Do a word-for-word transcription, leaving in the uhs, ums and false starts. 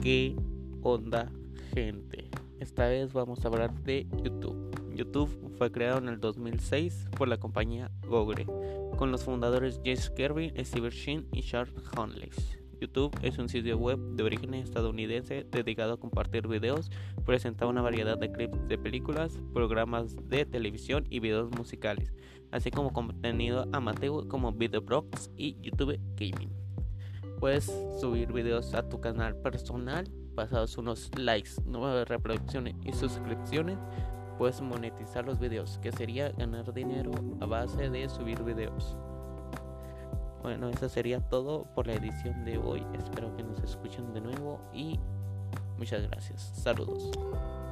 ¿Qué onda, gente? Esta vez vamos a hablar de YouTube. YouTube fue creado en el dos mil seis por la compañía Google, con los fundadores Jess Kervin, Steve Shin y Charles Honleys. YouTube es un sitio web de origen estadounidense dedicado a compartir videos, presenta una variedad de clips de películas, programas de televisión y videos musicales, así como contenido amateur como videoblogs y YouTube Gaming. Puedes subir videos a tu canal personal, pasados unos likes, nuevas reproducciones y suscripciones. Puedes monetizar los videos, que sería ganar dinero a base de subir videos. Bueno, eso sería todo por la edición de hoy. Espero que nos escuchen de nuevo y muchas gracias. Saludos.